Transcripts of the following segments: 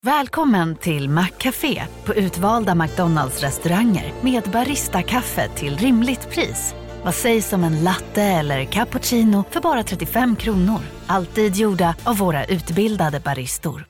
Välkommen till Maccafé på utvalda McDonalds-restauranger med Barista-kaffe till rimligt pris. Vad sägs om en latte eller cappuccino för bara 35 kronor? Alltid gjorda av våra utbildade baristor.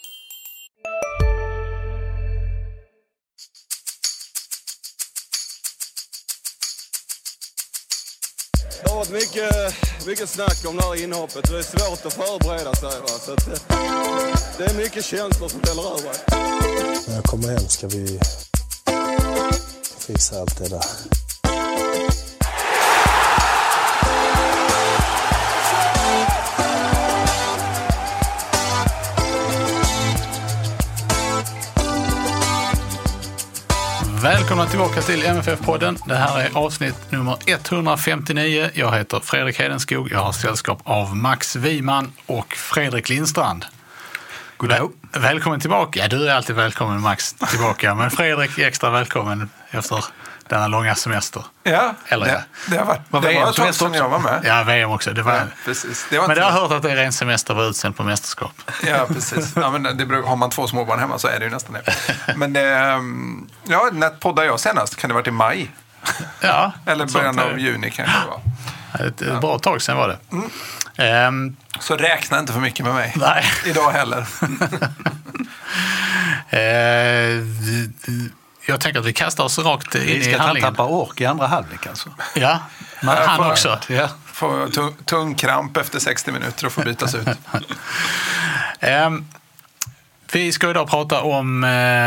Det har varit mycket snack om det här inhoppet. Det är svårt att förbereda sig. Så att det är mycket känslor som delar över. När jag kommer hem ska vi fixa allt det där. Välkomna tillbaka till MFF-podden. Det här är avsnitt nummer 159. Jag heter Fredrik Hedenskog. Jag har sällskap av Max Wiman och Fredrik Lindstrand. Goddag. Välkommen tillbaka. Ja, du är alltid välkommen, Max, tillbaka. Men Fredrik är extra välkommen efter denna långa semester. Ja, eller, det har varit VM-semester som jag var med. Ja, VM också. Det var, ja, precis. Men jag har hört att det är ren semester var utsänd på mästerskap. Ja, precis. Ja, men har man 2 småbarn hemma så är det ju nästan det. Men när poddade jag senast? Kan det ha varit i maj? Ja. Eller början av juni kan det vara. Ett bra tag sedan var det. Så räkna inte för mycket med mig. Nej. Idag heller. Jag tänker att vi kastar oss rakt in i handlingen. Vi ska tappa ork i andra halvlek alltså. Ja, men han också. Ja. Får tung kramp efter 60 minuter och får bytas ut. Vi ska idag prata om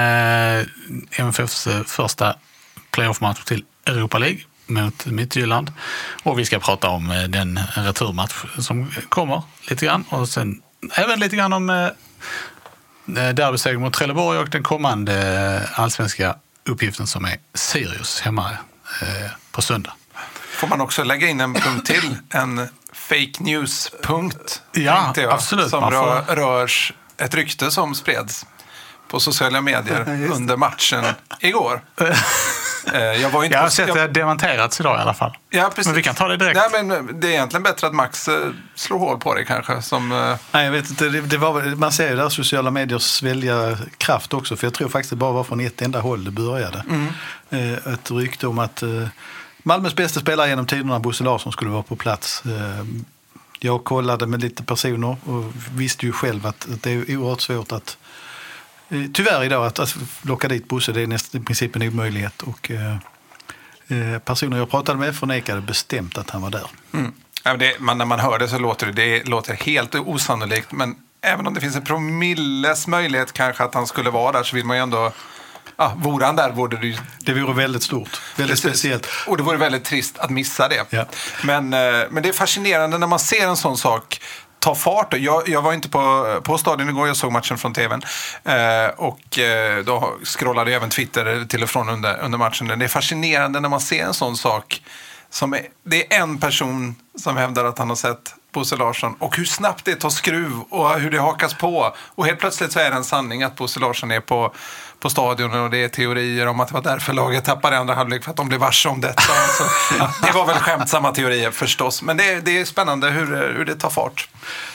MFFs första playoff-match till Europa League mot Midtjylland. Och vi ska prata om den returmatch som kommer lite grann. Och sen även lite grann om derbyseger mot Trelleborg och den kommande allsvenska uppgiften som är Sirius hemma på söndag. Får man också lägga in en punkt till, en fake news-punkt? Ja, absolut. Som rörs ett rykte som spreds på sociala medier under matchen igår. Jag har sett det dementerats idag i alla fall. Ja, precis. Men vi kan ta det direkt. Nej, men det är egentligen bättre att Max slår hål på det kanske. Nej, jag vet inte. Man ser ju där sociala mediers välja kraft också. För jag tror faktiskt det bara var från ett enda håll det började. Ett rykte om att Malmös bästa spelare genom tiderna, Bosse Larsson, skulle vara på plats. Jag kollade med lite personer och visste ju själv att det är oerhört svårt att tyvärr idag att locka dit Bosse, det är i princip en omöjlighet. Och personer jag pratade med förnekade bestämt att han var där. Ja, när man hör det så låter det helt osannolikt. Men även om det finns en promilles möjlighet kanske att han skulle vara där, så vill man ju ändå... vore han där vore det ju... Det vore väldigt stort, väldigt speciellt. Och det vore väldigt trist att missa det. Ja. Men det är fascinerande när man ser en sån sak ta fart. Jag var inte på stadion igår, jag såg matchen från tvn. Och då scrollade jag även Twitter till och från under matchen. Det är fascinerande när man ser en sån sak. Det är en person som hävdar att han har sett Bosse Larsson och hur snabbt det tar skruv och hur det hakas på. Och helt plötsligt så är det en sanning att Bosse Larsson är på stadion och det är teorier om att det var därför laget tappade andra halvlek för att de blev varse om detta. Så, det var väl skämtsamma teorier förstås, men det är spännande hur det tar fart.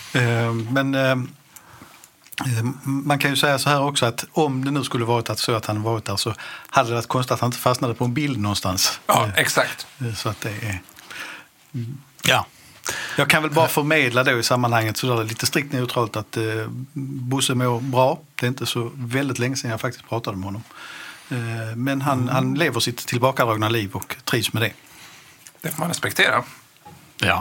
Man kan ju säga så här också att om det nu skulle varit så att han varit där, så hade det varit konstigt att han inte fastnade på en bild någonstans. Ja, exakt. Så att det är... Ja. Jag kan väl bara förmedla då i sammanhanget så där lite strikt neutralt att Bosse mår bra. Det är inte så väldigt länge sedan jag faktiskt pratade med honom. Men han lever sitt tillbakadragna liv och trivs med det. Det får man respektera. Ja.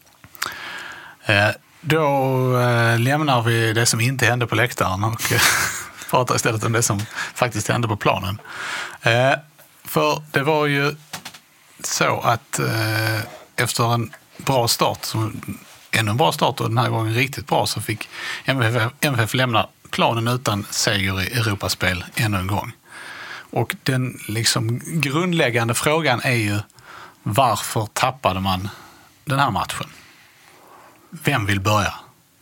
Då lämnar vi det som inte hände på läktaren och pratar istället om det som faktiskt hände på planen. För det var ju så att efter en bra start, ännu en bra start och den här gången riktigt bra, så fick MFF lämna planen utan seger i Europaspel ännu en gång. Och den liksom grundläggande frågan är ju, varför tappade man den här matchen? Vem vill börja?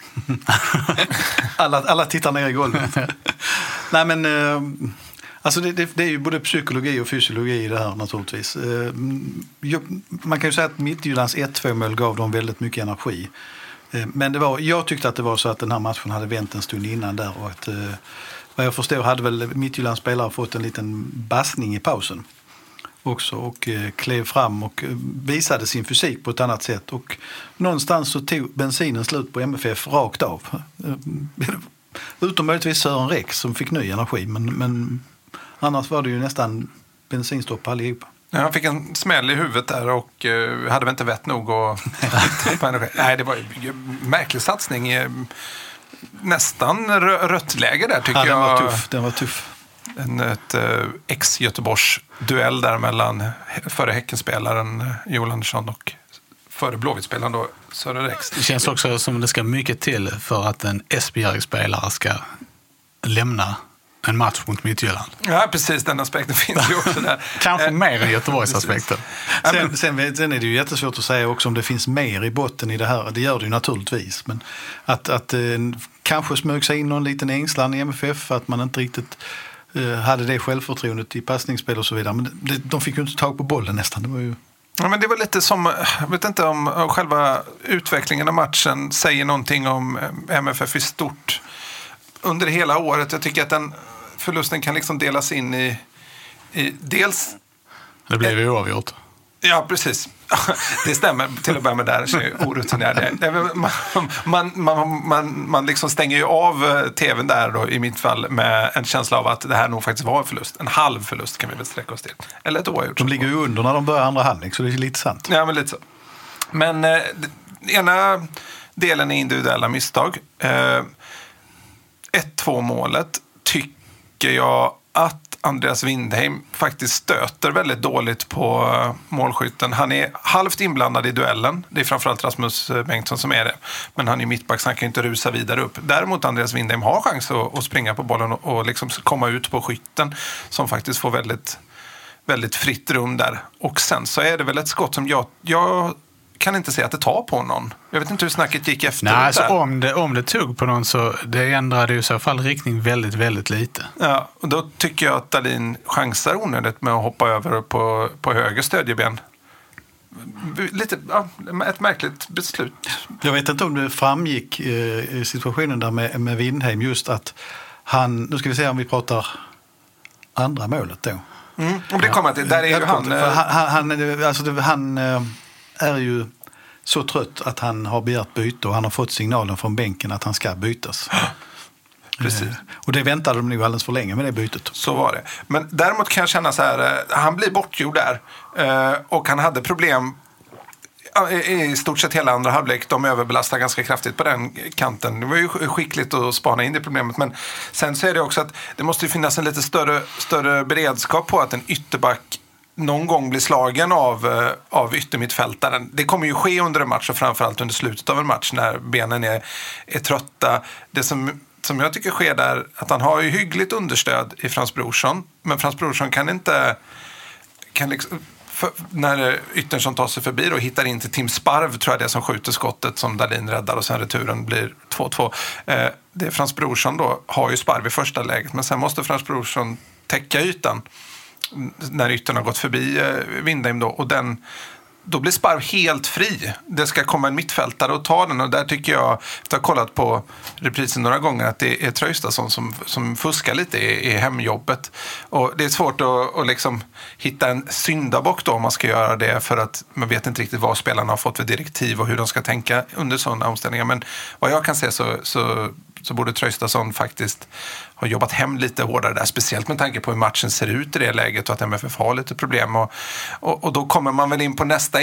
alla tittar ner i golvet. Nej, men alltså det är ju både psykologi och fysiologi i det här naturligtvis. Man kan ju säga att Midtjyllands 1-2-mål gav dem väldigt mycket energi. Men jag tyckte att det var så att den här matchen hade vänt en stund innan där, och att vad jag förstår hade väl Midtjyllands spelare fått en liten bassning i pausen också och klev fram och visade sin fysik på ett annat sätt. Och någonstans så tog bensinen slut på MFF rakt av. Utom möjligtvis Sören Rex som fick ny energi, men annars var det ju nästan bensinstopp allihopa. Ja, han fick en smäll i huvudet där och hade väl inte vett nog att på energi. Nej, det var ju en märklig satsning. Nästan rött läge där tycker jag. Den var tuff. Ett ex-Göteborgs-duell där mellan före Häckenspelaren Joel Andersson och före Blåvitt-spelaren då Sören Rex. Det känns också som det ska mycket till för att en Esbjerg-spelare ska lämna en match mot Midtjylland. Ja, precis. Den aspekten finns ju också där. Kanske mer än Göteborgs-aspekten. Sen är det ju jättesvårt att säga också om det finns mer i botten i det här. Det gör det ju naturligtvis. Men att kanske smög sig in någon liten ängslan i MFF, att man inte riktigt hade det självförtroendet i passningsspel och så vidare. Men de fick ju inte tag på bollen nästan. Det var ju... Ja, men det var lite som, jag vet inte om själva utvecklingen av matchen säger någonting om MFF i stort under hela året. Jag tycker att den förlusten kan liksom delas in i dels... Det blev ju oavgjort. Ja, precis. Det stämmer. Till att börja med där så är jag orutinerad. Man liksom stänger ju av tvn där då, i mitt fall, med en känsla av att det här nog faktiskt var en förlust. En halv förlust kan vi väl sträcka oss till. Eller ett oavgjort. De ligger ju under när de börjar andra halvlek, så det är lite sant. Ja, men lite så. Men ena delen är individuella misstag. 1-2 målet tycker jag att Andreas Windheim faktiskt stöter väldigt dåligt på målskytten. Han är halvt inblandad i duellen. Det är framförallt Rasmus Bengtsson som är det. Men han är mittback så han kan inte rusa vidare upp. Däremot Andreas Windheim har chans att springa på bollen och liksom komma ut på skytten som faktiskt får väldigt, väldigt fritt rum där. Och sen så är det väl ett skott som jag kan inte säga att det tar på någon. Jag vet inte hur snacket gick efter. Nej, alltså om det tog på någon så det ändrade ju i så fall riktning väldigt, väldigt lite. Ja, och då tycker jag att Dahlin chansar onödigt med att hoppa över på höger stödjeben. Lite, ja, ett märkligt beslut. Jag vet inte om det framgick i situationen där med Windheim just att han, nu ska vi se om vi pratar andra målet då. Om det kommer till, där är ju han är ju så trött att han har begärt byte och han har fått signalen från bänken att han ska bytas. Precis. Och det väntade de nog alldeles för länge med det bytet. Så var det. Men däremot kan jag känna så här, han blir bortgjord där och han hade problem i stort sett hela andra halvlek. De överbelastar ganska kraftigt på den kanten. Det var ju skickligt att spana in det problemet. Men sen så är det också att det måste ju finnas en lite större beredskap på att en ytterback någon gång blir slagen av yttermittfältaren. Det kommer ju ske under en match och framförallt under slutet av en match när benen är trötta. Det som jag tycker sker där, att han har ju hyggligt understöd i Frans Brorsson, men Frans Brorsson kan liksom, när Ytterson tar sig förbi och hittar in till Tim Sparv, tror jag det som skjuter skottet som Dahlin räddar och sen returen blir 2-2. Det är Frans Brorsson då, har ju Sparv i första läget, men sen måste Frans Brorsson täcka ytan när yttern har gått förbi Windheim då, och då blir Sparv helt fri. Det ska komma en mittfältare och ta den, och där tycker jag, efter att ha kollat på reprisen några gånger, att det är Traustason som fuskar lite i hemjobbet. Och det är svårt att liksom hitta en syndabock då om man ska göra det, för att man vet inte riktigt vad spelarna har fått för direktiv och hur de ska tänka under sådana omställningar. Men vad jag kan se så borde Traustason faktiskt ha jobbat hem lite hårdare där, speciellt med tanke på hur matchen ser ut i det läget och att MFF har lite problem. Och då kommer man väl in på nästa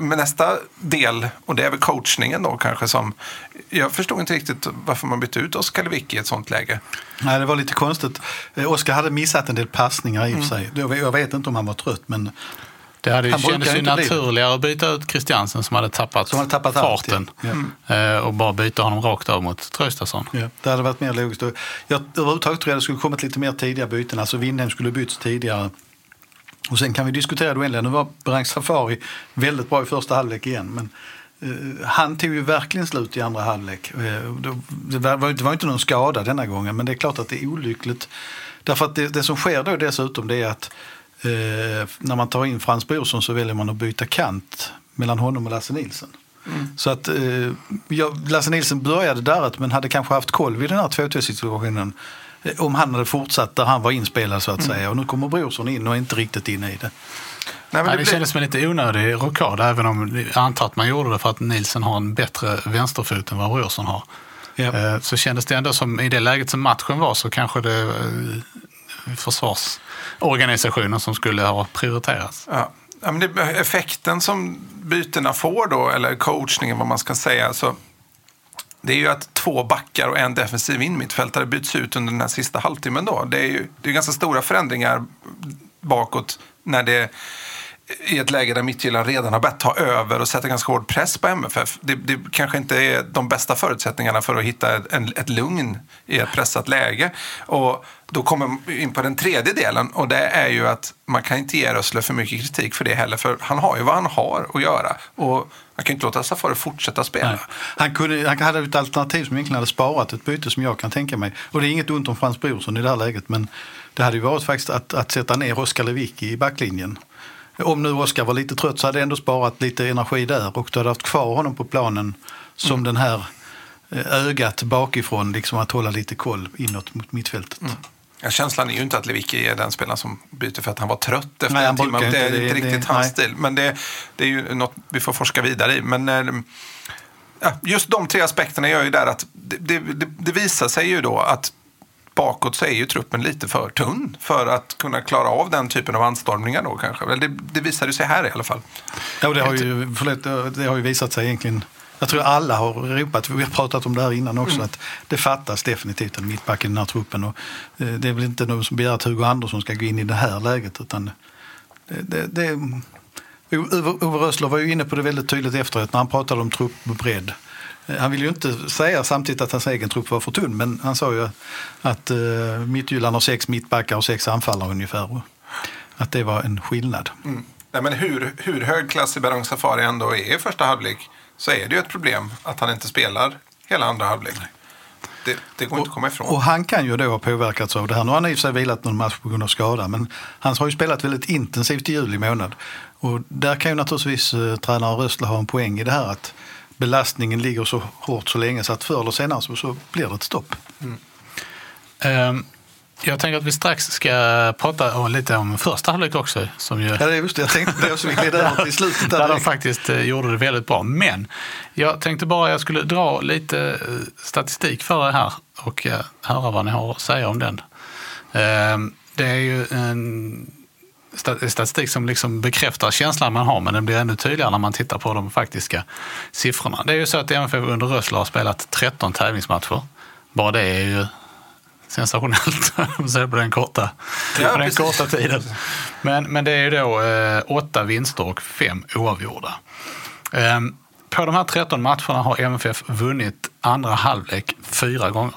del, och det är väl coachningen då kanske, som jag förstod inte riktigt varför man bytte ut Oskar Lewicki i ett sånt läge. Nej, det var lite konstigt. Oskar hade missat en del passningar i och för sig. Jag vet inte om han var trött, men det hade kändes ju naturligare att byta ut Christiansen som hade tappat farten och bara byta honom rakt av mot Traustason. Ja, det hade varit mer logiskt. Överhuvudtaget tror jag det skulle kommit lite mer tidiga byten. Alltså Windheim skulle byts tidigare. Och sen kan vi diskutera det oändliga. Nu var Berang Safari väldigt bra i första halvlek igen, men han tog ju verkligen slut i andra halvlek. Det var inte någon skada denna gången, men det är klart att det är olyckligt. Därför att det som sker då dessutom, det är att när man tar in Frans Brorsson så väljer man att byta kant mellan honom och Lasse Nilsson. Så att Lasse Nilsson började där, men hade kanske haft koll vid den här 2-2-situationen om han hade fortsatt där han var inspelad så att säga. Och nu kommer Brorsson in och är inte riktigt inne i det. Nej, det kändes som en lite onödig rockad, även om jag antar att man gjorde det för att Nielsen har en bättre vänsterfot än vad Brorsson har. Ja. Så kändes det ändå som i det läget som matchen var så kanske det försvarsorganisationen som skulle ha prioriterats. Ja. Ja, men effekten som bytena får då, eller coachningen vad man ska säga, så det är ju att 2 backar och en defensiv inmittfältare byts ut under den här sista halvtimmen då. Det är ganska stora förändringar bakåt när det i ett läge där Midtjylland redan har bett ta över och sätta ganska hård press på MFF. Det kanske inte är de bästa förutsättningarna för att hitta ett lugn i ett pressat läge. Och då kommer man in på den tredje delen, och det är ju att man kan inte ge Rössle för mycket kritik för det heller, för han har ju vad han har att göra. Och man kan inte låta Safari fortsätta spela. Nej. Han hade ett alternativ som egentligen hade sparat ett byte som jag kan tänka mig. Och det är inget ont om Frans Brorsson i det här läget, men det hade ju varit faktiskt att sätta ner Oskar Lewicki i backlinjen. Om nu Oskar var lite trött så hade ändå sparat lite energi där, och du hade haft kvar honom på planen som den här ögat bakifrån, liksom att hålla lite koll inåt mot mittfältet. Ja, känslan är ju inte att Lewicki är den spelaren som byter för att han var trött efter en timme. Det är inte riktigt hans stil. Men det är ju något vi får forska vidare i. Men just de 3 aspekterna gör ju där att det visar sig ju då att bakåt så är ju truppen lite för tunn för att kunna klara av den typen av anstormningar då kanske. Det visar ju sig här i alla fall. Ja, och det har ju visat sig egentligen. Jag tror alla har ropat, vi har pratat om det här innan också, att det fattas definitivt en mittback i den här truppen. Och det är väl inte någon som begär att Hugo Andersson ska gå in i det här läget, utan Ove Rössler var ju inne på det väldigt tydligt efteråt när han pratade om truppbredd. Han vill ju inte säga samtidigt att hans egen trupp var för tunn, men han sa ju att Midtjylland har 6 mittbackar och 6 anfallare ungefär. Och att det var en skillnad. Nej, men hur högklassig Berang Safari ändå är i första halvlek, så är det ju ett problem att han inte spelar hela andra halvlek. Det går inte att komma ifrån. Och han kan ju då ha påverkats av det här. Nu har han i och för sig vilat någon match på grund av skada, men han har ju spelat väldigt intensivt i juli månad. Och där kan ju naturligtvis tränare Rössle ha en poäng i det här, att belastningen ligger så hårt så länge så att förr eller senare så blir det ett stopp. Jag tänker att vi strax ska prata lite om första halvlek också. Som ju, ja, det är just det. Jag tänkte det, så vi gled i slutet. Där de faktiskt gjorde det väldigt bra. Men jag tänkte bara jag skulle dra lite statistik för er här och höra vad ni har att säga om den. Det är ju en statistik som liksom bekräftar känslan man har, men den blir ännu tydligare när man tittar på de faktiska siffrorna. Det är ju så att MFF under Rössler har spelat 13 tävlingsmatcher. Bara det är ju sensationellt på den korta tiden. Men det är ju då 8 vinster och 5 oavgjorda. På de här 13 matcherna har MFF vunnit andra halvlek 4 gånger.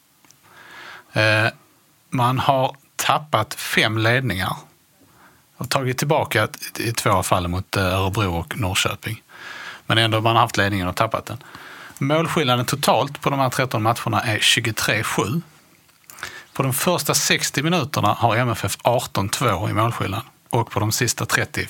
Man har tappat 5 ledningar och tagit tillbaka i 2 fall mot Örebro och Norrköping. Men ändå man har haft ledningen och tappat den. Målskillnaden totalt på de här 13 matcherna är 23-7. På de första 60 minuterna har MFF 18-2 i målskillnad och på de sista 30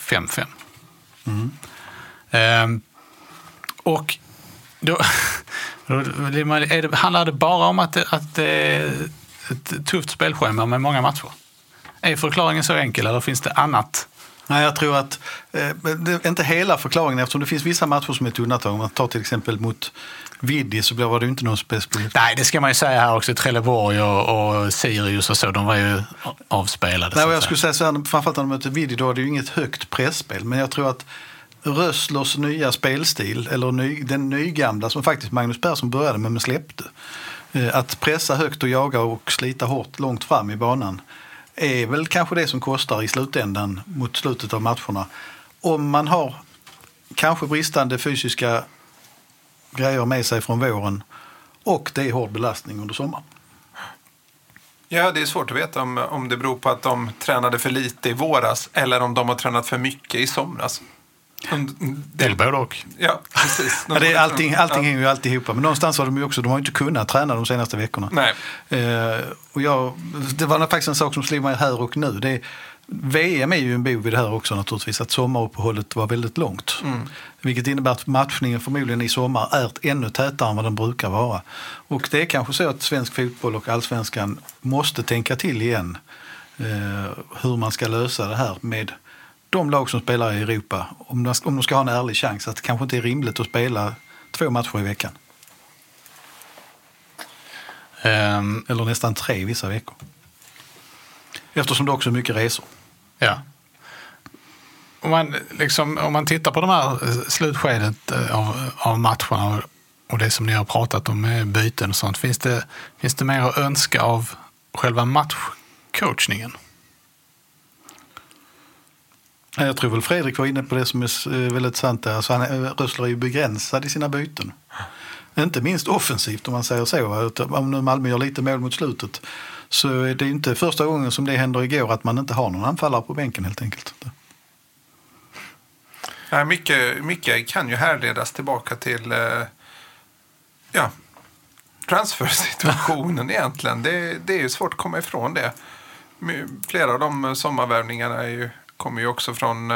5-5. Och då handlar det bara om att det är ett tufft spelschema med många matcher. Är förklaringen så enkel eller finns det annat? Nej, jag tror att det är inte hela förklaringen, eftersom det finns vissa matcher som är ett undantag. Om man tar till exempel mot Vidi så var det ju inte någon speciellt. Nej, det ska man ju säga här också. Trelleborg och Sirius och så, de var ju avspelade. Nej, jag skulle säga så här, framförallt när de mötte Vidi, då är det ju inget högt pressspel. Men jag tror att Rösslers nya spelstil, eller den nygamla som faktiskt Magnus Persson började med men släppte, att pressa högt och jaga och slita hårt långt fram i banan, är väl kanske det som kostar i slutändan mot slutet av matcherna. Om man har kanske bristande fysiska grejer med sig från våren och det är hård belastning under sommaren. Ja, det är svårt att veta om det beror på att de tränade för lite i våras eller om de har tränat för mycket i somras. Både och. Ja, precis. Ja, det är allting hänger ju alltid ihop. Men någonstans har de ju också, de har inte kunnat träna de senaste veckorna. Nej. Och det var faktiskt en sak som slog mig här och nu. VM är ju en bov i det här också naturligtvis, att sommaruppehållet var väldigt långt. Vilket innebär att matchningen förmodligen i sommar är ännu tätare än vad den brukar vara. Och det är kanske så att svensk fotboll och allsvenskan måste tänka till igen hur man ska lösa det här med de lag som spelar i Europa. Om de ska ha en ärlig chans, att det kanske inte är rimligt att spela 2 matcher i veckan. Eller nästan 3 vissa veckor. Eftersom det också är mycket resor. Ja. Om man tittar på de här slutskedet av matcherna och det som ni har pratat om med byten och sånt, finns det mer att önska av själva matchcoachningen? Jag tror väl Fredrik var inne på det som är väldigt sant. Alltså Rössler är ju begränsad i sina byten. Inte minst offensivt om man säger så. Om nu Malmö gör lite mål mot slutet så är det inte första gången som det händer igår att man inte har någon anfallare på bänken helt enkelt. Ja, mycket kan ju härledas tillbaka till transfersituationen egentligen. Det är ju svårt att komma ifrån det. Flera av de sommarvärvningarna kommer ju också från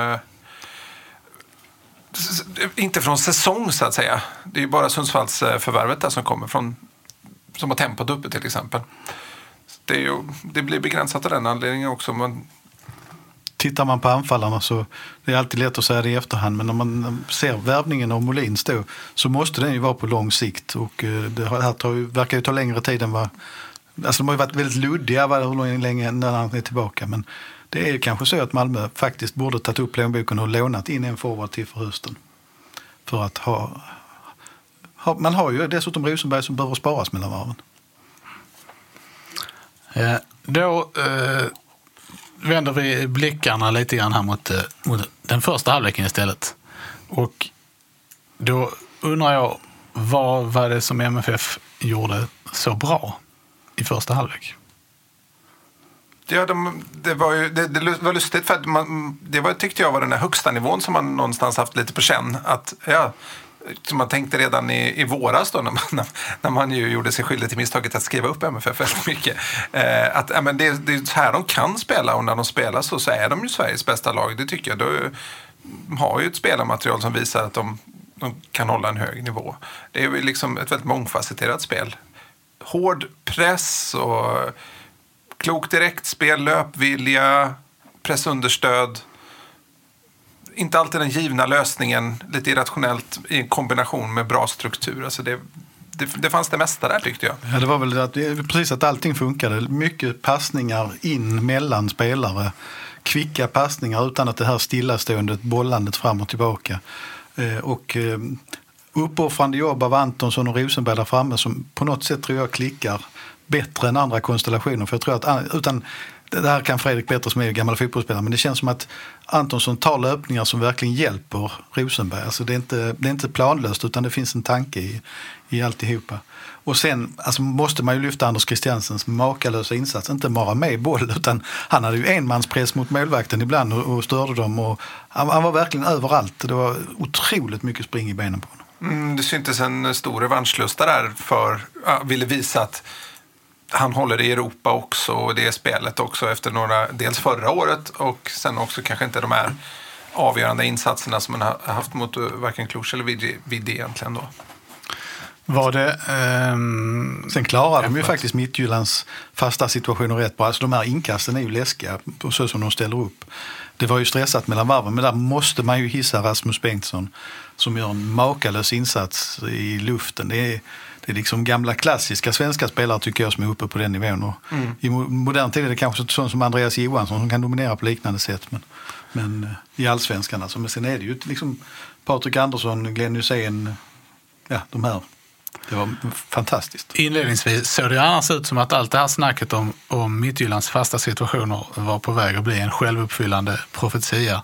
inte från säsong så att säga. Det är ju bara Sundsvalls förvärvet där som kommer från, som har tempat uppe till exempel. Det blir begränsat av den anledningen också. Tittar man på anfallarna så det är alltid lätt att säga det i efterhand, men när man ser värvningen av Molins då så måste den ju vara på lång sikt och det här verkar ju ta längre tid än vad... Alltså de har ju varit väldigt luddiga hur länge när han är tillbaka, men det är kanske så att Malmö faktiskt borde tagit upp plånboken och lånat in en forward till för hösten. För att man har ju dessutom Rosenberg som behöver sparas mellan varven. Då vänder vi blickarna lite grann här mot den första halvleken istället. Och då undrar jag, vad var det som MFF gjorde så bra i första halvlek? Ja, det var lustigt för att tyckte jag var den här högsta nivån som man någonstans haft lite på känn. Som man tänkte redan i våras då, när man ju gjorde sig skyldig till misstaget att skriva upp MFF väldigt mycket. Men det är så här de kan spela, och när de spelar så är de ju Sveriges bästa lag. Det tycker jag. De har ju ett spelarmaterial som visar att de kan hålla en hög nivå. Det är ju liksom ett väldigt mångfacetterat spel. Hård press och klokt direktspel, löpvilja, pressunderstöd. Inte alltid den givna lösningen, lite irrationellt i en kombination med bra struktur. Alltså det fanns det mesta där tyckte jag. Ja, det var väl precis att allting funkade. Mycket passningar in mellan spelare. Kvicka passningar utan att det här stillaståendet, bollandet fram och tillbaka. Och uppoffrande jobb av Antonsson och Rosenberg där framme som på något sätt tror jag klickar bättre än andra konstellationer. För jag tror att utan det här kan Fredrik bättre som är gammal fotbollsspelare, men det känns som att Antonsson tar löpningar som verkligen hjälper Rosenberg. Alltså det är inte planlöst utan det finns en tanke i alltihopa. Och sen måste man ju lyfta Anders Christiansens makalösa insats. Inte bara med boll utan han hade ju enmanspress mot målvakten ibland och störde dem. Och han var verkligen överallt. Det var otroligt mycket spring i benen på honom. Det syntes en stor revanschlusta där ville visa att han håller i Europa också, och det spelet också efter dels förra året och sen också kanske inte de här avgörande insatserna som man har haft mot varken Cluj eller Vidi egentligen då. Var det, sen klarar de ju faktiskt Midtjyllands fasta situationer rätt bra. Alltså de här inkasten är ju läskiga så som de ställer upp. Det var ju stressat mellan varven, men där måste man ju hissa Rasmus Bengtsson som gör en makalös insats i luften. Det är liksom gamla klassiska svenska spelare tycker jag som är uppe på den nivån. Och i modern tid är det kanske sånt som Andreas Johansson som kan dominera på liknande sätt. Men i allsvenskan alltså. Men sen är det ju liksom Patrik Andersson, Glenn Hysén, de här. Det var fantastiskt. Inledningsvis såg det annars ut som att allt det här snacket om Midtjyllands fasta situationer var på väg att bli en självuppfyllande profetia.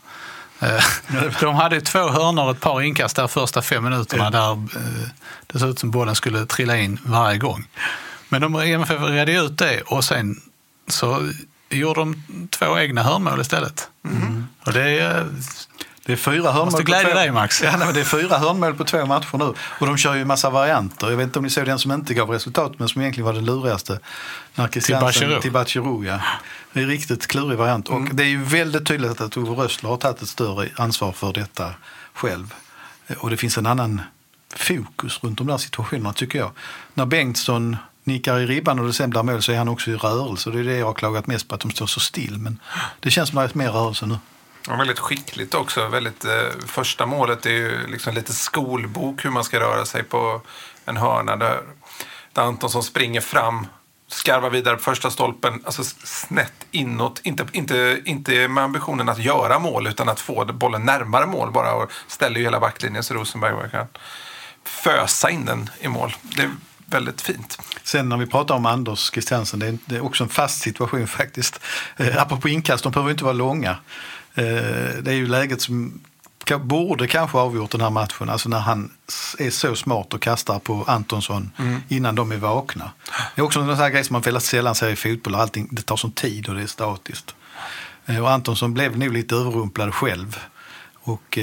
De hade 2 hörnor och ett par inkast där första 5 minuterna där det såg ut som bollen skulle trilla in varje gång. Men de redde ut det och sen så gjorde de 2 egna hörnmål istället. Och Det är 4 hörnmål måste glädja dig, Max. Ja, men det är 4 hörnmål på 2 matcher nu. Och de kör ju en massa varianter. Jag vet inte om ni såg den som inte gav resultat, men som egentligen var den lurigaste. Till Bachirou, ja. Det är en riktigt klurig variant. Och det är ju väldigt tydligt att Ove Rössler har tagit ett större ansvar för detta själv. Och det finns en annan fokus runt de där situationerna, tycker jag. När Bengtsson nickar i ribban och det sen blir mål så är han också i rörelse. Det är det jag har klagat mest på, att de står så still. Men det känns som att det är mer rörelse nu. Ja, väldigt skickligt också. Första målet är ju liksom lite skolbok hur man ska röra sig på en hörna där Antonsson springer fram, skarvar vidare på första stolpen, alltså snett inåt, inte med ambitionen att göra mål utan att få bollen närmare mål bara, och ställer ju hela backlinjen så Rosenberg kan fösa in den i mål. Det är väldigt fint. Sen när vi pratar om Anders Christiansen, det är också en fast situation faktiskt. Apropå inkast, de behöver inte vara långa. Det är ju läget som borde kanske avgjort den här matchen, alltså när han är så smart och kastar på Antonsson innan de är vakna. Det är också en sån här grej som man väldigt sällan ser i fotboll, och allting, det tar sån tid och det är statiskt. Och Antonsson blev nog lite överrumplad själv, och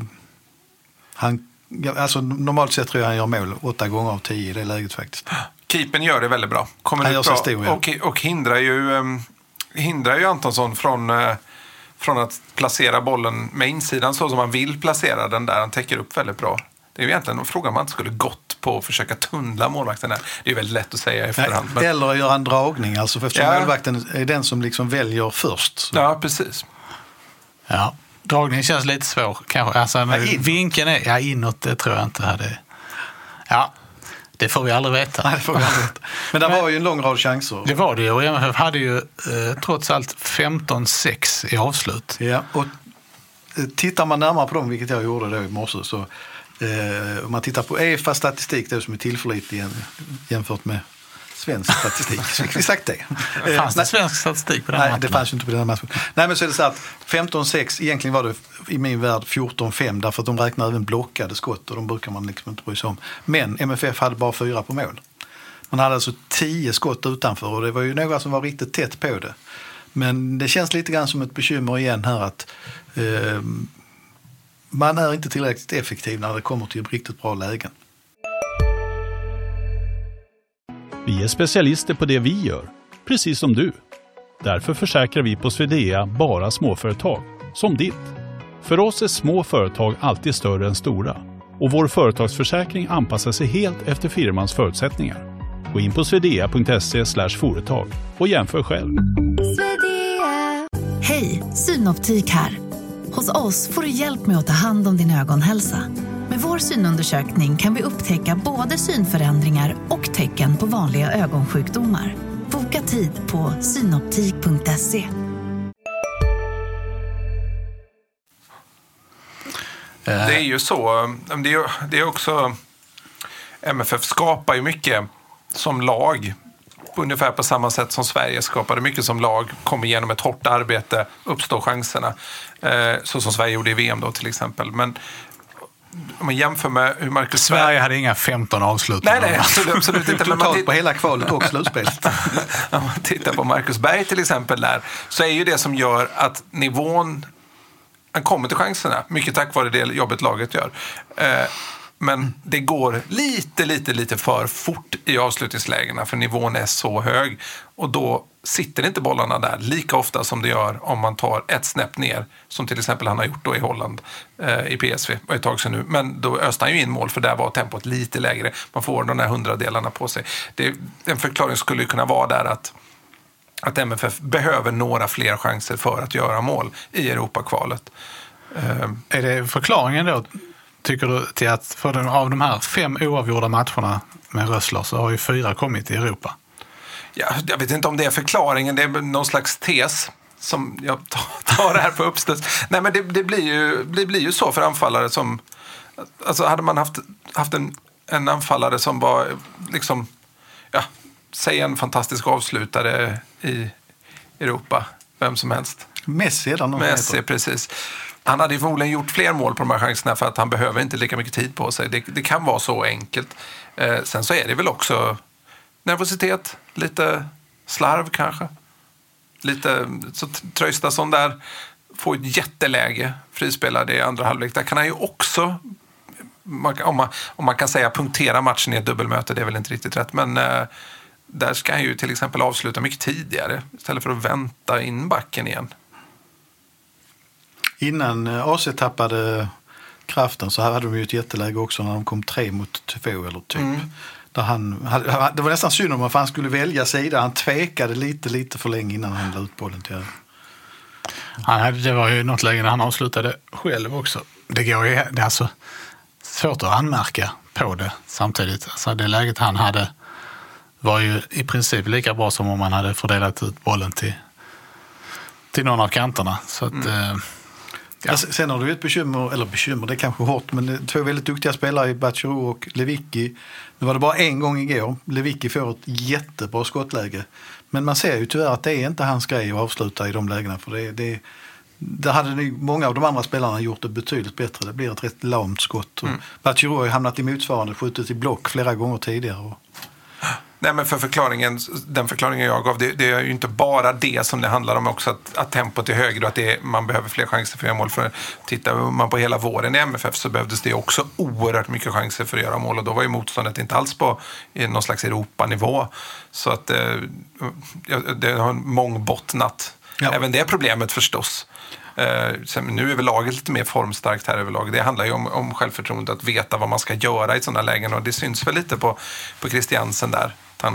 alltså normalt sett tror jag han gör mål 8 gånger av 10 i det läget faktiskt. Keepern gör det väldigt bra. Han gör sig stor, ja. Och hindrar ju Antonsson från att placera bollen med insidan så som man vill placera den där. Han täcker upp väldigt bra. Det är ju egentligen en fråga man inte skulle gått på att försöka tunnla målvakten där. Det är väldigt lätt att säga i efterhand. Men... Eller göra en dragning, alltså, för eftersom målvakten är den som liksom väljer först. Så. Ja, precis. Ja, dragning känns lite svår kanske. Alltså, vinkeln är inåt, det tror jag inte hade... Ja, det får vi aldrig veta. Nej, det får vi aldrig veta. Men det var ju en lång rad chanser. Det var det ju, och MFF hade ju trots allt 15-6 i avslut. Ja, och tittar man närmare på dem, vilket jag gjorde då i morse, så om man tittar på EFA-statistik, det som är tillförlitlig jämfört med svensk statistik, så fick vi sagt det. Fanns det svensk statistik på den matchen? Nej, det fanns ju inte på den matchen. Nej, men så är det så att 15-6, egentligen var det i min värld 14-5, därför att de räknar även blockade skott, och de brukar man liksom inte bry sig om. Men MFF hade bara 4 på mål. Man hade alltså 10 skott utanför, och det var ju några som var riktigt tätt på det. Men det känns lite grann som ett bekymmer igen här att man är inte tillräckligt effektiv när det kommer till riktigt bra lägen. Vi är specialister på det vi gör, precis som du. Därför försäkrar vi på Swedea bara småföretag, som ditt. För oss är små företag alltid större än stora, och vår företagsförsäkring anpassar sig helt efter firmans förutsättningar. Gå in på swedea.se/företag och jämför själv. Hej, Synoptik här. Hos oss får du hjälp med att ta hand om din ögonhälsa. Med vår synundersökning kan vi upptäcka både synförändringar och tecken på vanliga ögonsjukdomar. Boka tid på synoptik.se. Det är ju så. Det är också... MFF skapar ju mycket som lag. Ungefär på samma sätt som Sverige skapade mycket som lag. Kommer genom ett hårt arbete, uppstår chanserna. Så som Sverige gjorde i VM då till exempel. Men om man jämför med hur Marcus Sverige hade inga 15 avslut. Nej, absolut inte. Totalt på hela kvalet och slutspelet. Om man tittar på Marcus Berg till exempel där, så är ju det som gör att nivån, han kommer till chanserna. Mycket tack vare det jobbet laget gör. Men det går lite för fort i avslutningslägena, för nivån är så hög. Och då sitter inte bollarna där lika ofta som det gör om man tar ett snäpp ner. Som till exempel han har gjort då i Holland i PSV och ett tag sedan nu. Men då öste han ju in mål, för där var tempot lite lägre. Man får de där 100-delarna på sig. En förklaring skulle kunna vara där att MFF behöver några fler chanser för att göra mål i Europakvalet. Är det förklaringen då, tycker du, till att av de här 5 oavgjorda matcherna med Rössler så har ju 4 kommit i Europa? Ja, jag vet inte om det är förklaringen. Det är någon slags tes som jag tar här på uppstöds. Nej, men det blir ju så för anfallare som... Alltså hade man haft en anfallare som var liksom... Ja, säg en fantastisk avslutare i Europa. Vem som helst. Messi, precis. Han hade ju förmodligen gjort fler mål på de här chanserna, för att han behöver inte lika mycket tid på sig. Det kan vara så enkelt. Sen så är det väl också nervositet, lite slarv kanske. Lite så Traustason där får ett jätteläge frispelad i andra halvlek. Där kan han ju också, om man kan säga punktera matchen i ett dubbelmöte, det är väl inte riktigt rätt, men där ska han ju till exempel avsluta mycket tidigare istället för att vänta in backen igen. Innan AC tappade kraften så hade de ju ett jätteläge också när de kom 3-2 eller typ. Där det var nästan synd om han skulle välja sida. Han tvekade lite för länge innan han la ut bollen till det var ju något läge när han avslutade själv också. Det är alltså svårt att anmärka på det samtidigt. Alltså det läget han hade var ju i princip lika bra som om man hade fördelat ut bollen till någon av kanterna. Så att, ja. Sen har du ett bekymmer, det är kanske hårt, men två väldigt duktiga spelare i Batshero och Lewicki. Nu var det bara en gång igår. Lewicki får ett jättebra skottläge. Men man ser ju tyvärr att det är inte hans grej att avsluta i de lägena. För det hade många av de andra spelarna gjort det betydligt bättre. Det blir ett rätt lamt skott. Batshero har ju hamnat i motsvarande, skjutit i block flera gånger tidigare. Nej, men för den förklaringen jag gav, det är ju inte bara det som det handlar om också, att tempot är högre och att man behöver fler chanser för att göra mål. För tittar man på hela våren i MFF så behövdes det också oerhört mycket chanser för att göra mål, och då var ju motståndet inte alls på någon slags Europanivå. Så att det har mångbottnat. Ja. Även det problemet förstås. Nu är väl laget lite mer formstarkt här överlag. Det handlar ju om självförtroende, att veta vad man ska göra i sådana lägen, och det syns väl lite på Christiansen där.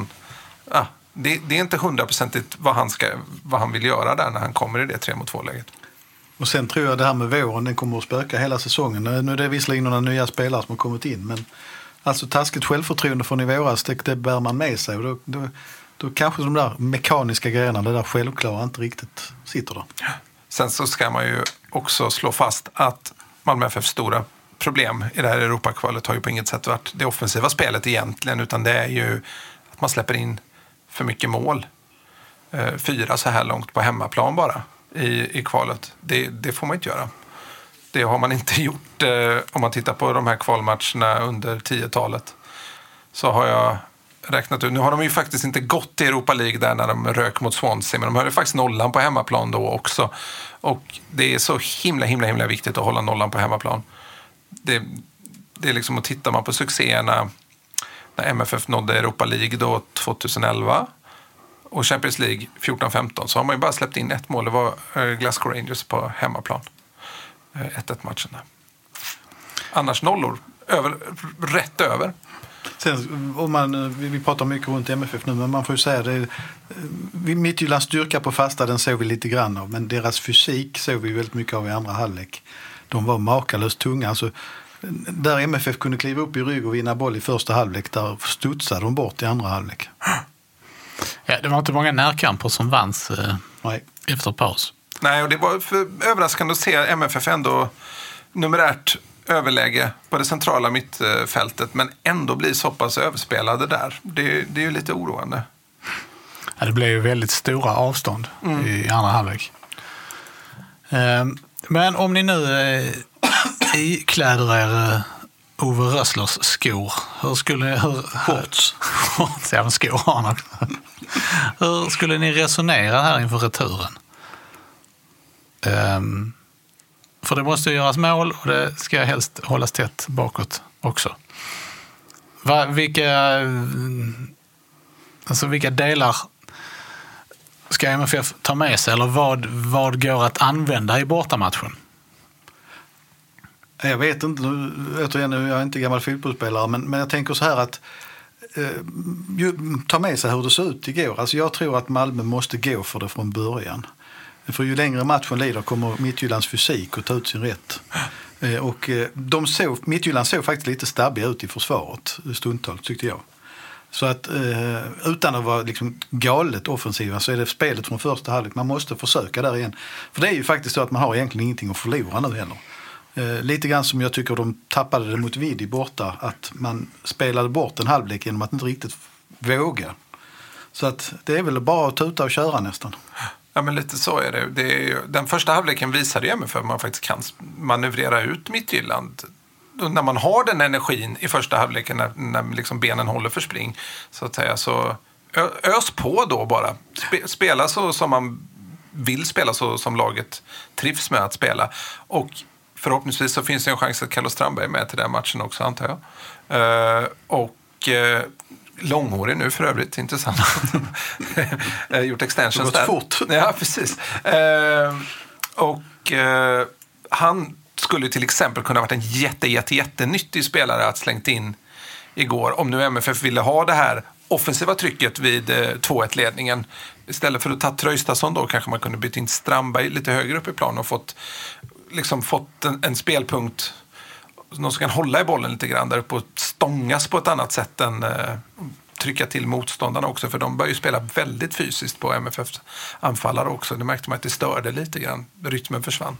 Det är inte 100% vad han vill göra där när han kommer i det 3-2-läget. Och sen tror jag det här med våren, den kommer att spöka hela säsongen. Nu är det visserligen några nya spelare som har kommit in, men alltså taskigt självförtroende från i våras, det bär man med sig, och då kanske de där mekaniska grejerna, det där självklara, inte riktigt sitter där. Sen så ska man ju också slå fast att Malmö FFs stora problem i det här Europakvalet har ju på inget sätt varit det offensiva spelet egentligen, utan det är ju att man släpper in för mycket mål. 4 så här långt på hemmaplan bara i kvalet. Det får man inte göra. Det har man inte gjort om man tittar på de här kvalmatcherna under 10-talet. Så har jag räknat ut. Nu har de ju faktiskt inte gått i Europa League där när de rök mot Swansea, men de höll faktiskt nollan på hemmaplan då också. Och det är så himla viktigt att hålla nollan på hemmaplan. Det är liksom, att tittar man på succéerna när MFF nådde Europa League då 2011 och Champions League 14-15, så har man ju bara släppt in ett mål. Det var Glasgow Rangers på hemmaplan. 1-1 matchen där. Annars nollor rätt över. Sen, vi pratar mycket runt MFF nu, men man får ju säga det. Midtjyllands styrka på fasta, den såg vi lite grann av, men deras fysik såg vi väldigt mycket av i andra halvlek. De var makalöst tunga. Alltså, där MFF kunde kliva upp i rygg och vinna boll i första halvlek, där studsade de bort i andra halvlek. Ja, det var inte många närkamper som vanns efter paus. Nej, och det var överraskande att se MFF ändå numerärt överläge på det centrala mittfältet, men ändå blir så pass överspelade där. Det är ju lite oroande. Ja, det blev ju väldigt stora avstånd i andra halvlek. Men om ni nu ikläder er Ove Rösslers skor, hur skulle ni resonera här inför returen? För det måste göras mål, och det ska helst hållas tätt bakåt också. Vilka delar ska MFF ta med sig, eller vad går att använda i bortamatchen? Jag vet inte, återigen, jag är inte gammal fotbollsspelare, men jag tänker så här att ta med sig hur det ser ut igår. Alltså jag tror att Malmö måste gå för det från början. För ju längre matchen lider kommer Midtjyllands fysik att ta ut sin rätt. Och Midtjylland såg faktiskt lite stabbiga ut i försvaret stundtals, tyckte jag. Så att utan att vara liksom galet offensiva, så är det spelet från första halvlek. Man måste försöka där igen. För det är ju faktiskt så att man har egentligen ingenting att förlora nu heller. Lite grann som jag tycker de tappade det mot Vidi borta, att man spelade bort en halvlek genom att inte riktigt våga. Så att det är väl bara att tuta och köra nästan. Ja, men lite så är det. Den första halvleken visade ju för att man faktiskt kan manövrera ut Midtjylland. När man har den energin i första halvleken, när liksom benen håller för spring, så att säga, så ös på då bara. Spela så som man vill spela så som laget trivs med att spela. Och förhoppningsvis så finns det en chans att Carlos Strandberg är med till den matchen också, antar jag. Långhårig nu för övrigt, intressant. Gjort extensions där. Fort. Ja, precis. Han skulle till exempel kunna ha varit en jättenyttig spelare att slängt in igår. Om nu MFF ville ha det här offensiva trycket vid 2-1-ledningen. Istället för att ta Traustason då kanske man kunde byta in Strandberg lite högre upp i plan och fått en spelpunkt. Någon som kan hålla i bollen lite grann där uppe och stångas på ett annat sätt än trycka till motståndarna också. För de börjar ju spela väldigt fysiskt på MFFs anfallare också. Det märkte man att det störde lite grann. Rytmen försvann.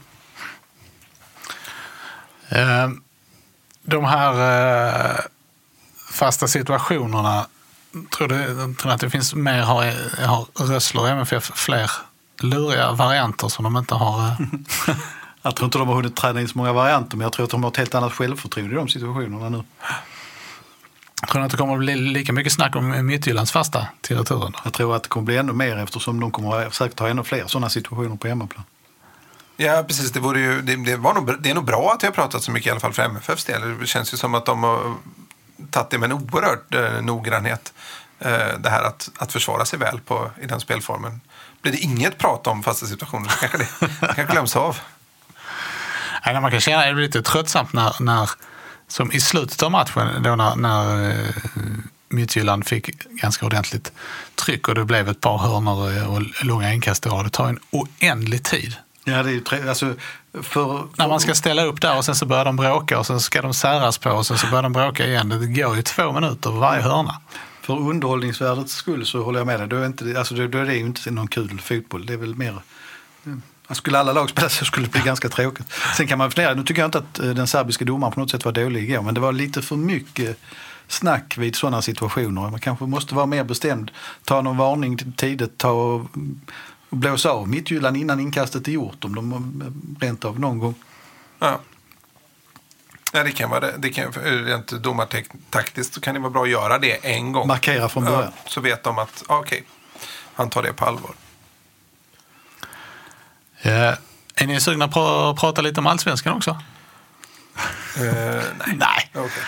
De här fasta situationerna, tror du att det finns mer, har Rössler och MFF fler luriga varianter som de inte har? Jag tror inte de har hunnit träna in så många varianter, men jag tror att de har ett helt annat självförtroende i de situationerna nu. Jag tror att det kommer att bli lika mycket snack om Midtjyllands fasta till returen. Jag tror att det kommer bli ännu mer eftersom de kommer att säkert ha ännu fler sådana situationer på hemmaplan. Ja, precis. Det är nog bra att jag har pratat så mycket i alla fall för MFFs del. Det känns ju som att de har tagit det med en oerhört noggrannhet. Det här att försvara sig väl i den spelformen. Blir det inget prat om fasta situationer så kanske det kan glöms av. Nej, man kan känna att det blir lite tröttsamt när som i slutet av matchen då när Midtjylland fick ganska ordentligt tryck och det blev ett par hörnor och långa inkast då. Det tar en oändlig tid. Ja, det är ju alltså när man ska ställa upp där och sen så börjar de bråka och sen ska de säras på och sen så börjar de bråka igen. Det går ju 2 minuter varje hörna. För underhållningsvärdets skull så håller jag med dig. Då är det ju inte någon kul fotboll. Det är väl mer... Skulle alla lag spela så skulle det bli ganska tråkigt. Sen kan man fundera, nu tycker jag inte att den serbiska domaren på något sätt var dålig igår, men det var lite för mycket snack vid sådana situationer. Man kanske måste vara mer bestämd, ta någon varning tidigt, och blåsa av Midtjylland innan inkastet är gjort, om de rent av någon gång. Ja. Ja, det kan vara det. Rent domartaktiskt så kan det vara bra att göra det en gång. Markera från början. Ja, så vet de att okej, han tar det på allvar. Är ni sugna på att prata lite om Allsvenskan också? Nej.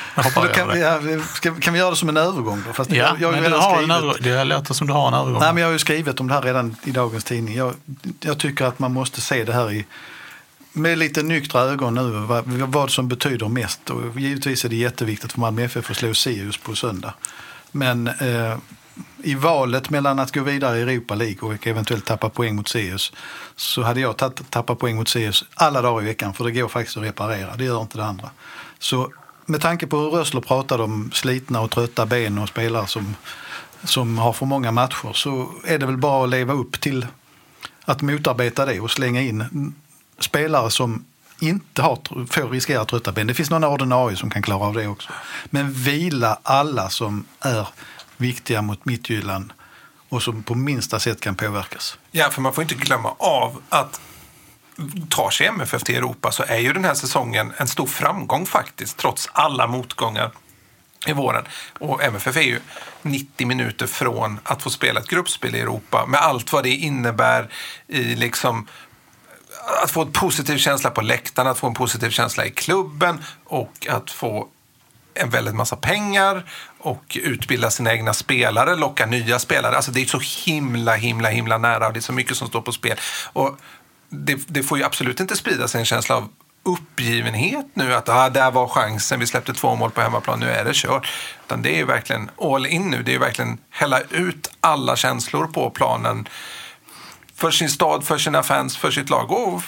Okay. Kan vi göra det som en övergång då? Fast ja, det låter som du har en övergång. Nej, men jag har ju skrivit om det här redan i dagens tidning. Jag tycker att man måste se det här med lite nyktra ögon nu, vad som betyder mest. Och givetvis är det jätteviktigt för Malmö FF att slå Sirius på söndag. Men i valet mellan att gå vidare i Europa League och eventuellt tappa poäng mot Sirius, så hade jag tappat poäng mot Sirius alla dagar i veckan, för det går faktiskt att reparera. Det gör inte det andra. Så med tanke på hur Rössler pratade om slitna och trötta ben och spelare som har för många matcher, så är det väl bara att leva upp till att motarbeta det och slänga in spelare som inte får riskera trötta ben. Det finns någon ordinarie som kan klara av det också. Men vila alla som är viktiga mot Midtjylland och som på minsta sätt kan påverkas. Ja, för man får inte glömma av att tar sig MFF till Europa så är ju den här säsongen en stor framgång faktiskt, trots alla motgångar i våren. Och MFF är ju 90 minuter från att få spela ett gruppspel i Europa med allt vad det innebär i liksom att få en positiv känsla på läktaren, att få en positiv känsla i klubben och att få en väldigt massa pengar och utbilda sina egna spelare, locka nya spelare. Alltså det är så himla nära och det är så mycket som står på spel. Och det får ju absolut inte sprida sig en känsla av uppgivenhet nu att där var chansen, vi släppte 2 mål på hemmaplan, nu är det kört. Utan det är ju verkligen all in nu, det är ju verkligen hälla ut alla känslor på planen för sin stad, för sina fans, för sitt lag och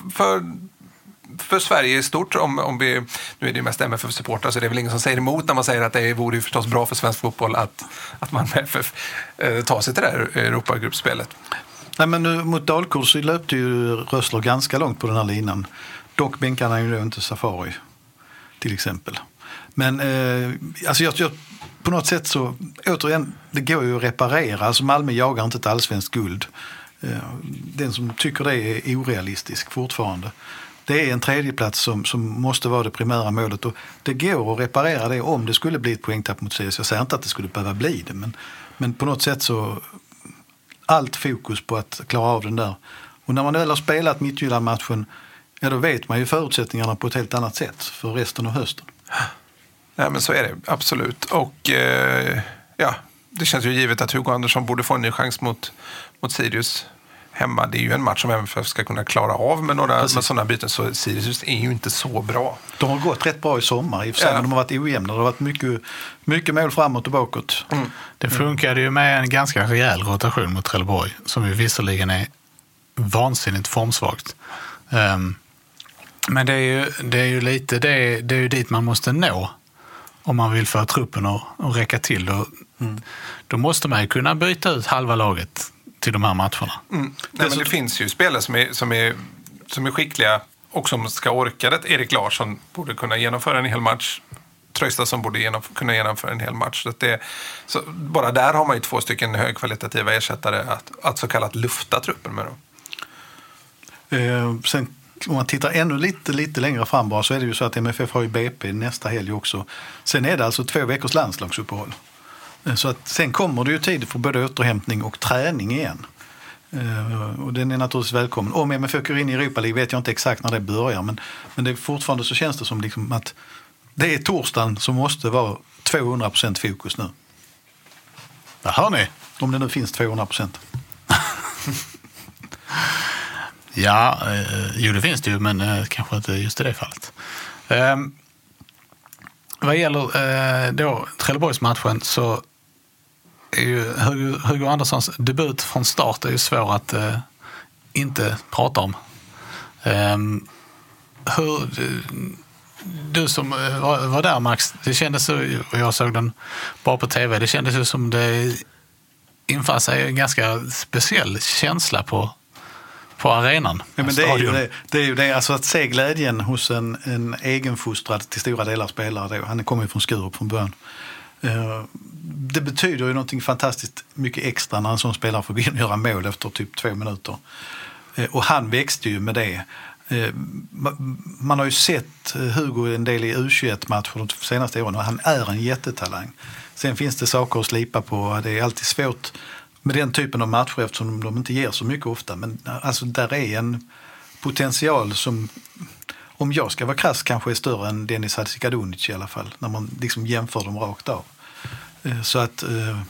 för Sverige i stort. Om vi, nu är det ju mest MFF-supportrar så det är väl ingen som säger emot när man säger att det vore ju förstås bra för svensk fotboll att man med MFF tar sig till det här Europagruppspelet. Nej, men nu mot Dalkurd så löpte ju Rössler ganska långt på den här linan. Dock bänkarna ju inte Safari till exempel. Men alltså jag på något sätt så återigen, det går ju att reparera. Alltså Malmö jagar inte ett allsvenskt guld. Den som tycker det är orealistisk fortfarande. Det är en tredjeplats som måste vara det primära målet och det går att reparera det om det skulle bli ett poängtapp mot Sirius. Jag säger inte att det skulle behöva bli det, men på något sätt så allt fokus på att klara av den där Och när man väl har spelat Midtjylland-matchen, ja, då vet man ju förutsättningarna på ett helt annat sätt för resten av hösten. Ja, men så är det, absolut. Och det känns ju givet att Hugo Andersson borde få en ny chans mot Sirius hemma. Det är ju en match som MFF ska kunna klara av med sådana byten, så Sirius är ju inte så bra. De har gått rätt bra i sommar i och för sig, men de har varit ojämna. Det har varit mycket mål framåt och bakåt. Det funkade ju med en ganska rejäl rotation mot Trelleborg, som ju visserligen är vansinnigt formsvagt. Men det är ju lite det är ju dit man måste nå om man vill få truppen att räcka till. Då måste man ju kunna byta ut halva laget till de här matcherna. Nej, men det finns ju spelare som är skickliga och som ska orka det. Erik Larsson borde kunna genomföra en hel match. Tröjstason borde kunna genomföra en hel match. Så bara där har man ju 2 stycken högkvalitativa ersättare att så kallat lufta truppen med. Sen om man tittar ännu lite längre fram bara, så är det ju så att MFF har ju BP nästa helg också. Sen är det alltså 2 veckors landslagsuppehåll. Så att sen kommer det ju tid för både återhämtning och träning igen. Och den är naturligtvis välkommen. Om MFF går in i Europa League vet jag inte exakt när det börjar, men det är fortfarande så känns det som liksom att det är torsdagen som måste vara 200% fokus nu. Det hör ni. Om det nu finns 200%. Ja, det finns det ju, men kanske inte just i det fallet. Vad gäller då Trelleborgsmatchen, så är ju Hugo Anderssons debut från start är ju svår att inte prata om. Du som var där, Max, det kändes så, och jag såg den bara på tv, det kändes ju som det infann sig en ganska speciell känsla på arenan. Ja, men det är ju det, alltså att se glädjen hos en egenfostrad till stora delar spelare. Han kommer ju från Skurup från början. Det betyder ju någonting fantastiskt mycket extra när en sån spelare får gå in och göra mål efter typ 2 minuter. Och han växte ju med det. Man har ju sett Hugo en del i U21-matcher de senaste åren, och han är en jättetalang. Sen finns det saker att slipa på. Det är alltid svårt med den typen av matcher eftersom de inte ger så mycket ofta. Men alltså, där är en potential som, om jag ska vara krass, kanske är större än Dennis Hadzikadunic i alla fall. När man liksom jämför dem rakt av. Så att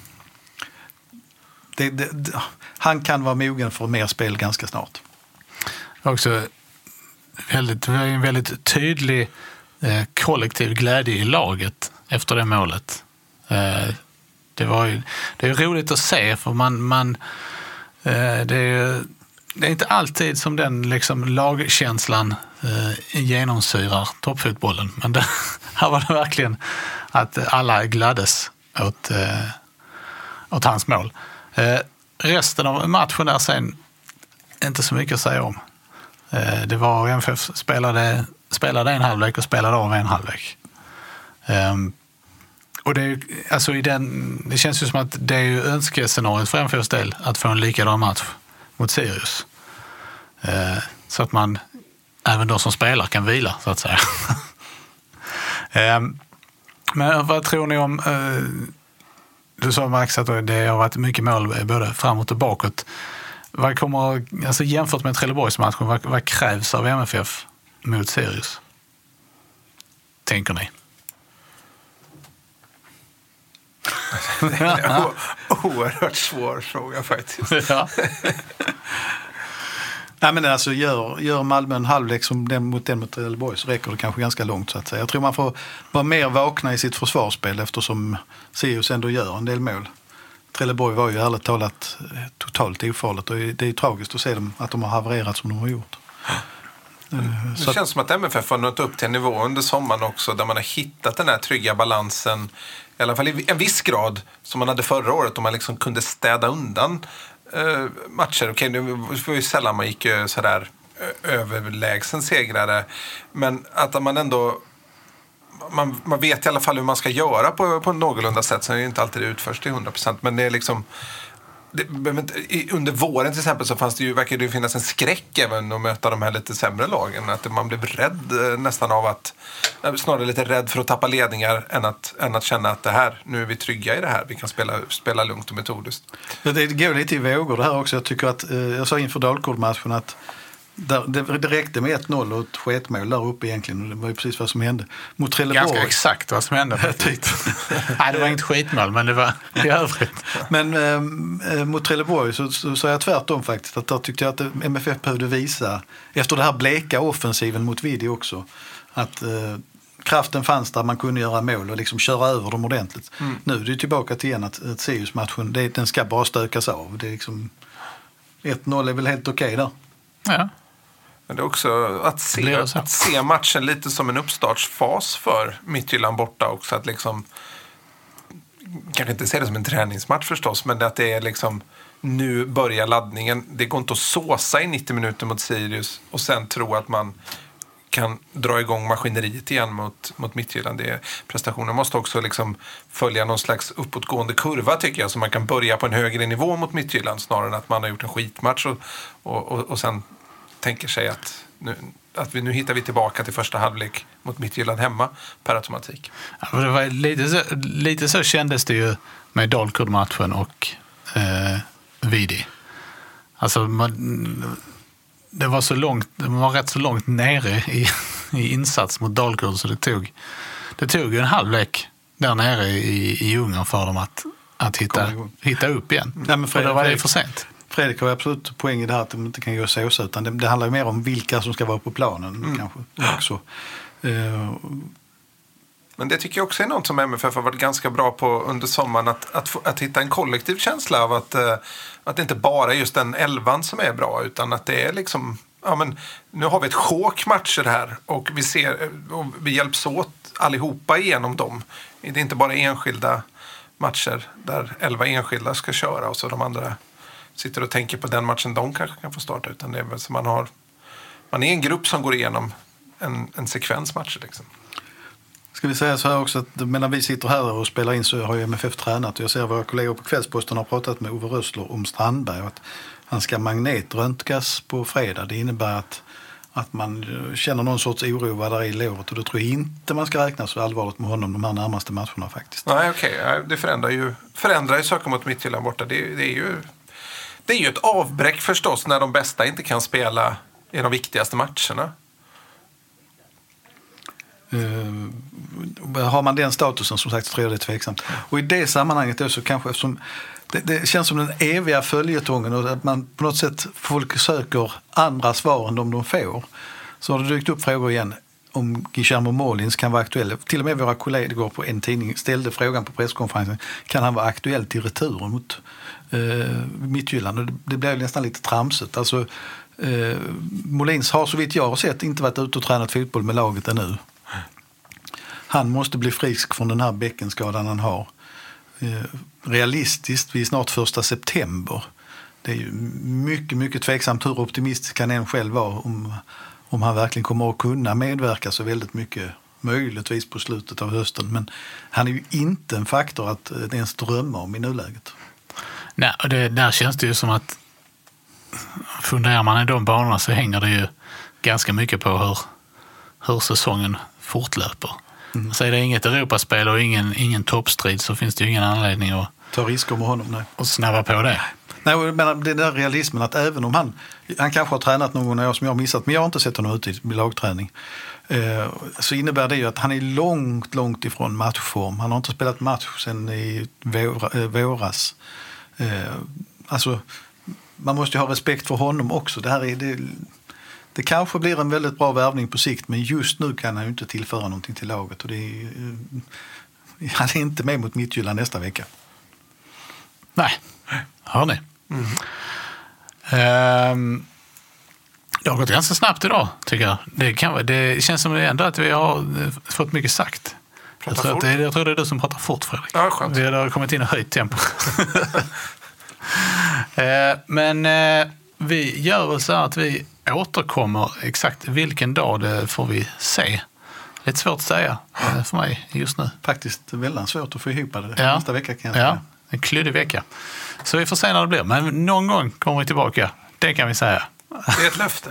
han kan vara mogen för mer spel ganska snart. Också en väldigt tydlig kollektiv glädje i laget efter det målet. Det är roligt att se, för det är inte alltid som den liksom lagkänslan genomsyrar toppfotbollen, men här var det verkligen att alla gladdes åt hans mål. Resten av matchen där sen inte så mycket att säga om. Det var MFF spelade en halvlek och spelade av en halvlek. Och det är, alltså det känns ju som att det är ju önskescenariot för MFFs del att få en likadan match mot Sirius. Så att man, även de som spelar, kan vila, så att säga. Men vad tror ni om, du sa, Max, att det har varit mycket mål både framåt och bakåt. Vad kommer, alltså jämfört med Trelleborgsmatchen, vad krävs av MFF mot Sirius? Tänker ni? Det är en oerhört svår fråga faktiskt. Ja. Nej, men alltså gör Malmö en halvlek som mot Trelleborg, så räcker det kanske ganska långt, så att säga. Jag tror man får vara mer vakna i sitt försvarsspel eftersom Sirius ändå gör en del mål. Trelleborg var ju ärligt talat totalt ofarligt, och det är tragiskt att se dem, att de har havererat som de har gjort. Det känns som att MFF har nått upp till en nivå under sommaren också, där man har hittat den här trygga balansen, i alla fall i en viss grad, som man hade förra året, om man liksom kunde städa undan matcher. Okej, det var ju sällan man gick sådär överlägsen segrare, men att man ändå man vet i alla fall hur man ska göra på någorlunda sätt. Sen är det inte alltid utförs till 100%, men det är liksom, under våren till exempel så verkar det ju finnas en skräck även att möta de här lite sämre lagen. Att man blev rädd nästan av att, snarare lite rädd för att tappa ledningar än att känna att nu är vi trygga i det här. Vi kan spela lugnt och metodiskt. Det går lite i vågor det här också. Jag tycker att, jag sa inför Dalkurd-matchen att det räckte med 1-0 och ett sketmål där uppe egentligen. Det var ju precis vad som hände. Mot Trelleborg. Ganska exakt vad som hände. Nej, det var inget skitmål, men det var i övrigt. Men mot Trelleborg så sa jag tvärtom faktiskt. Att där tyckte jag att MFF behövde visa, efter det här bleka offensiven mot Vidi också, att kraften fanns där man kunde göra mål och liksom köra över dem ordentligt. Nu är det tillbaka till igen att Sirius-matchen, den ska bara stökas av. Det är liksom 1-0 är väl helt okej där. Ja. Men det är också att se matchen lite som en uppstartsfas för Midtjylland borta också. Att liksom, kanske inte se det som en träningsmatch förstås, men att det är liksom, nu börjar laddningen. Det går inte att såsa i 90 minuter mot Sirius och sen tro att man kan dra igång maskineriet igen mot Midtjylland. Prestationen måste också liksom följa någon slags uppåtgående kurva tycker jag, så man kan börja på en högre nivå mot Midtjylland snarare än att man har gjort en skitmatch och sen tänker sig att nu hittar vi tillbaka till första halvlek mot Midtjylland hemma per automatik. Ja, det var lite så kändes det ju med Dalkurd-matchen och Vidi. Alltså det var så långt, man var rätt så långt nere i insats mot Dalkurd, så det tog ju en halvlek där nere i Ungern för dem att hitta upp igen. Nej, men då var det för sent. Fredrik har absolut poäng i det här att de inte kan gå såsa, utan det handlar ju mer om vilka som ska vara på planen kanske också. Men det tycker jag också är något som MFF har varit ganska bra på under sommaren, att hitta en kollektiv känsla av att det inte bara är just den 11 som är bra, utan att det är liksom, ja men nu har vi ett sjok matcher här och vi hjälps åt allihopa igenom dem. Det är inte bara enskilda matcher där 11 enskilda ska köra och så de andra sitter och tänker på den matchen de kanske kan få starta, utan det är väl så man är en grupp som går igenom en sekvens matcher liksom. Ska vi säga så här också att medan vi sitter här och spelar in så har ju MFF tränat, och jag ser våra kollegor på Kvällsposten har pratat med Ove Rössler om Strandberg och att han ska magnetröntgas på fredag. Det innebär att man känner någon sorts oro vad där är i låret, och då tror jag inte man ska räkna så allvarligt med honom de här närmaste matcherna faktiskt. Nej, okej. Det förändrar ju saker mot Midtjylland borta. Det är ju ett avbräck förstås när de bästa inte kan spela i de viktigaste matcherna. Har man den statusen, som sagt, så tror jag det är tveksamt. Och i det sammanhanget också kanske, eftersom det känns som den eviga följetongen och att man på något sätt folk söker andra svar än de får, så har det dykt upp frågor igen om Guillermo Molins kan vara aktuell. Till och med våra kollegor på en tidning ställde frågan på presskonferensen, kan han vara aktuell till returen mot Midtjylland? Och det blev nästan lite tramsigt. Alltså, Molins har så vitt jag har sett inte varit ute och tränat fotboll med laget ännu. Han måste bli frisk från den här bäckenskadan han har. Realistiskt, vi är snart 1 september. Det är ju mycket, mycket tveksamt hur optimistisk han än själv var om han verkligen kommer att kunna medverka så väldigt mycket, möjligtvis på slutet av hösten. Men han är ju inte en faktor att ens drömma om i nuläget. Nej, och där känns det ju som att funderar man i de banorna så hänger det ju ganska mycket på hur säsongen fortlöper. Så är det inget Europaspel och ingen toppstrid, så finns det ju ingen anledning att ta risker med honom. Nej. Och snabba på det. Nej, men det där realismen att även om han kanske har tränat någon år som jag har missat, men jag har inte sett honom ute i lagträning, så innebär det ju att han är långt ifrån matchform. Han har inte spelat match sedan i våras. Alltså, man måste ju ha respekt för honom också. Det kanske blir en väldigt bra värvning på sikt, men just nu kan han ju inte tillföra någonting till laget. Och han är inte med mot Midtjylland nästa vecka. Nej, hör ni. Det har gått ganska snabbt idag, tycker jag. Det känns som ändå att vi har fått mycket sagt. Jag tror det är du som pratar fort, Fredrik. Ja, skönt. Vi har kommit in i höjt tempo. Men vi gör väl så att vi återkommer. Exakt vilken dag det får vi se. Lite svårt att säga för mig just nu. Faktiskt väldigt svårt att få ihop det nästa vecka, kan jag säga. en klyddig vecka. Så vi får se när det blir. Men någon gång kommer vi tillbaka. Det kan vi säga. Det är ett löfte.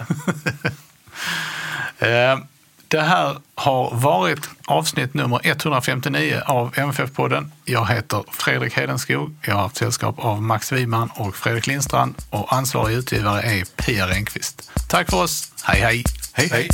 Det här har varit avsnitt nummer 159 av MFF-podden. Jag heter Fredrik Hedenskog. Jag har haft sällskap av Max Wiman och Fredrik Lindstrand. Och ansvarig utgivare är Pia Renqvist. Tack för oss. Hej hej. Hej hej.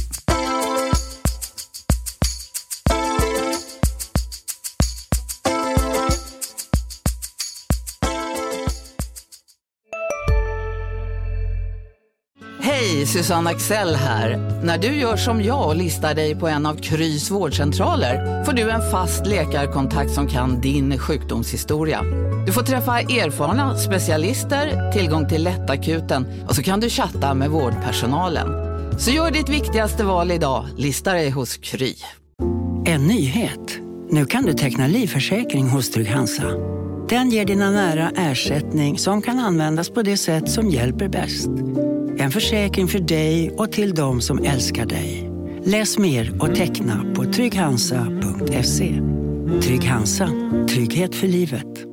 Hej, Susanne Axel här. När du gör som jag och listar dig på en av Krys vårdcentraler får du en fast läkarkontakt som kan din sjukdomshistoria. Du får träffa erfarna specialister, tillgång till lättakuten och så kan du chatta med vårdpersonalen. Så gör ditt viktigaste val idag, lista dig hos Kry. En nyhet. Nu kan du teckna livförsäkring hos Trygg-Hansa. Den ger dina nära ersättning som kan användas på det sätt som hjälper bäst. En försäkring för dig och till de som älskar dig. Läs mer och teckna på trygghansa.se. Trygg-Hansa. Trygghet för livet.